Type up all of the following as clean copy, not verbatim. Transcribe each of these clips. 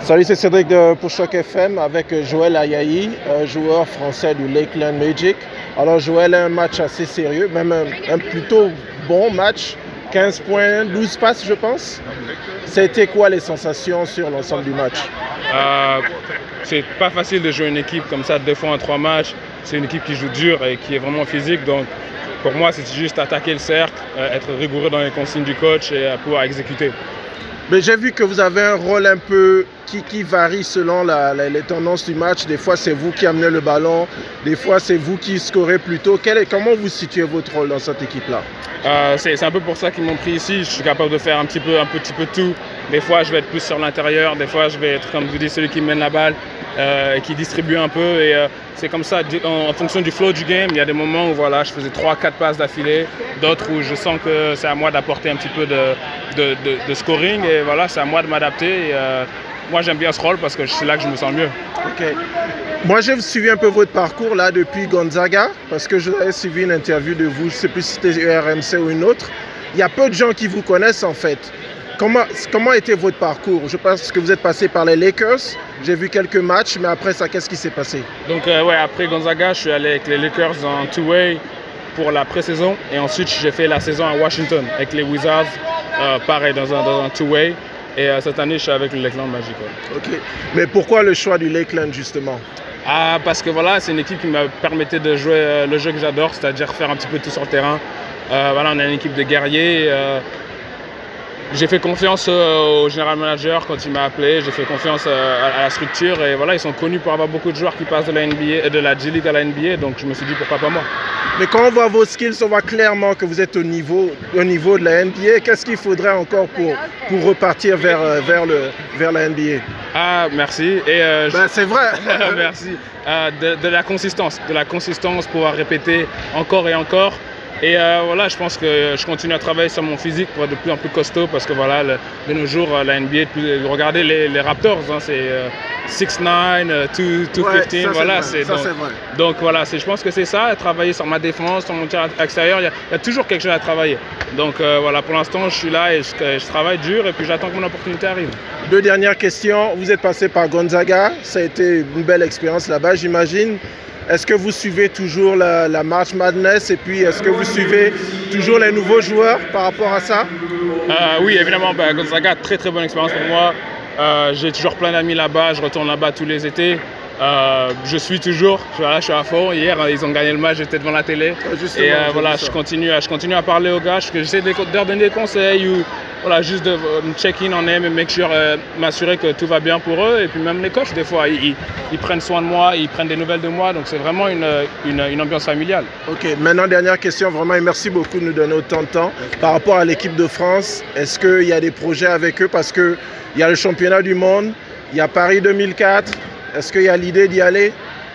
Salut, c'est Cédric pour Choc FM avec Joël Ayayi, joueur français du Lakeland Magic. Alors Joël a un match assez sérieux, même un plutôt bon match, 15 points, 12 passes je pense. C'était quoi les sensations sur l'ensemble du match? C'est pas facile de jouer une équipe comme ça 2 fois en 3 matchs. C'est une équipe qui joue dur et qui est vraiment physique. Donc pour moi, c'est juste attaquer le cercle, être rigoureux dans les consignes du coach et pouvoir exécuter. Mais j'ai vu que vous avez un rôle un peu qui varie selon les tendances du match. Des fois, c'est vous qui amenez le ballon. Des fois, c'est vous qui scorez plus tôt. Comment vous situez votre rôle dans cette équipe-là? C'est un peu pour ça qu'ils m'ont pris ici. Je suis capable de faire un petit peu tout. Des fois, je vais être plus sur l'intérieur. Des fois, je vais être, comme vous dites, celui qui mène la balle et qui distribue un peu. Et c'est comme ça, en fonction du flow du game. Il y a des moments où voilà, je faisais 3-4 passes d'affilée. D'autres où je sens que c'est à moi d'apporter un petit peu de scoring. Et voilà, c'est à moi de m'adapter. Moi, j'aime bien ce rôle parce que c'est là que je me sens mieux. Ok. Moi, j'ai suivi un peu votre parcours là depuis Gonzaga parce que j'avais suivi une interview de vous. Je ne sais plus si c'était RMC ou une autre. Il y a peu de gens qui vous connaissent en fait. Comment était votre parcours? Je pense que vous êtes passé par les Lakers. J'ai vu quelques matchs, mais après ça, qu'est-ce qui s'est passé? Donc, après Gonzaga, je suis allé avec les Lakers en two-way pour la pré-saison. Et ensuite, j'ai fait la saison à Washington avec les Wizards, pareil, dans un two-way. Et cette année, je suis avec le Lakeland Magic. Ouais. Ok. Mais pourquoi le choix du Lakeland, justement? Parce que voilà, c'est une équipe qui me permettait de jouer le jeu que j'adore, c'est-à-dire faire un petit peu tout sur le terrain. Voilà, on est une équipe de guerriers. J'ai fait confiance au général manager quand il m'a appelé. J'ai fait confiance à la structure. Et voilà, ils sont connus pour avoir beaucoup de joueurs qui passent de la NBA, de la G-League à la NBA. Donc je me suis dit, pourquoi pas moi? Mais quand on voit vos skills, on voit clairement que vous êtes au niveau de la NBA. Qu'est-ce qu'il faudrait encore pour repartir vers la NBA? Ah, merci. Et c'est vrai. Merci. De la consistance, pouvoir répéter encore et encore. Et voilà, je pense que je continue à travailler sur mon physique pour être de plus en plus costaud parce que voilà, de nos jours, la NBA, regardez les Raptors, hein, c'est 6'9", 215, voilà. C'est vrai. Donc voilà, je pense que c'est ça, travailler sur ma défense, sur mon tir extérieur, il y a toujours quelque chose à travailler. Donc voilà, pour l'instant, je suis là et je travaille dur et puis j'attends que mon opportunité arrive. 2 dernières questions. Vous êtes passé par Gonzaga, ça a été une belle expérience là-bas, j'imagine. Est-ce que vous suivez toujours la March Madness et puis est-ce que vous suivez toujours les nouveaux joueurs par rapport à ça? Oui, évidemment, Gonzaga, très très bonne expérience pour moi. J'ai toujours plein d'amis là-bas, je retourne là-bas tous les étés. Je suis toujours, je suis à fond. Hier, ils ont gagné le match, j'étais devant la télé. Et voilà, je continue à parler aux gars. J'essaie de leur donner des conseils ou voilà, juste de check-in en aime et m'assurer que tout va bien pour eux. Et puis même les coachs, des fois, ils prennent soin de moi, ils prennent des nouvelles de moi. Donc c'est vraiment une ambiance familiale. Ok, maintenant dernière question, vraiment, et merci beaucoup de nous donner autant de temps. Par rapport à l'équipe de France, est-ce qu'il y a des projets avec eux? Parce qu'il y a le championnat du monde, il y a Paris 2004. Est-ce qu'il y a l'idée d'y aller?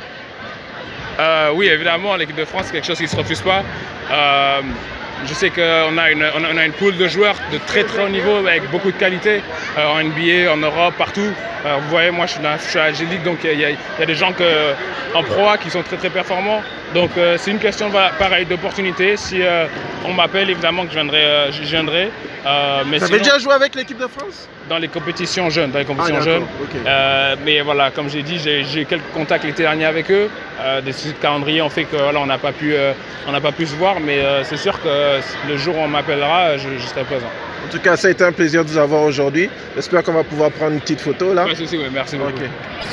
Oui, évidemment, l'équipe de France, c'est quelque chose qui ne se refuse pas. Je sais qu'on a une pool de joueurs de très très haut niveau avec beaucoup de qualité en NBA, en Europe, partout. Vous voyez, moi je suis à la G-League, donc il y a des gens en Pro A qui sont très très performants. Donc c'est une question pareil d'opportunité. Si on m'appelle, évidemment que je viendrai. Mais vous avez déjà joué avec l'équipe de France? Dans les compétitions jeunes. Okay. Mais voilà, comme j'ai dit, j'ai eu quelques contacts l'été dernier avec eux. Des soucis de calendrier ont fait que voilà, on n'a pas pu se voir, mais c'est sûr que le jour où on m'appellera, je serai présent. En tout cas, ça a été un plaisir de vous avoir aujourd'hui. J'espère qu'on va pouvoir prendre une petite photo là. Ouais, merci beaucoup. Okay.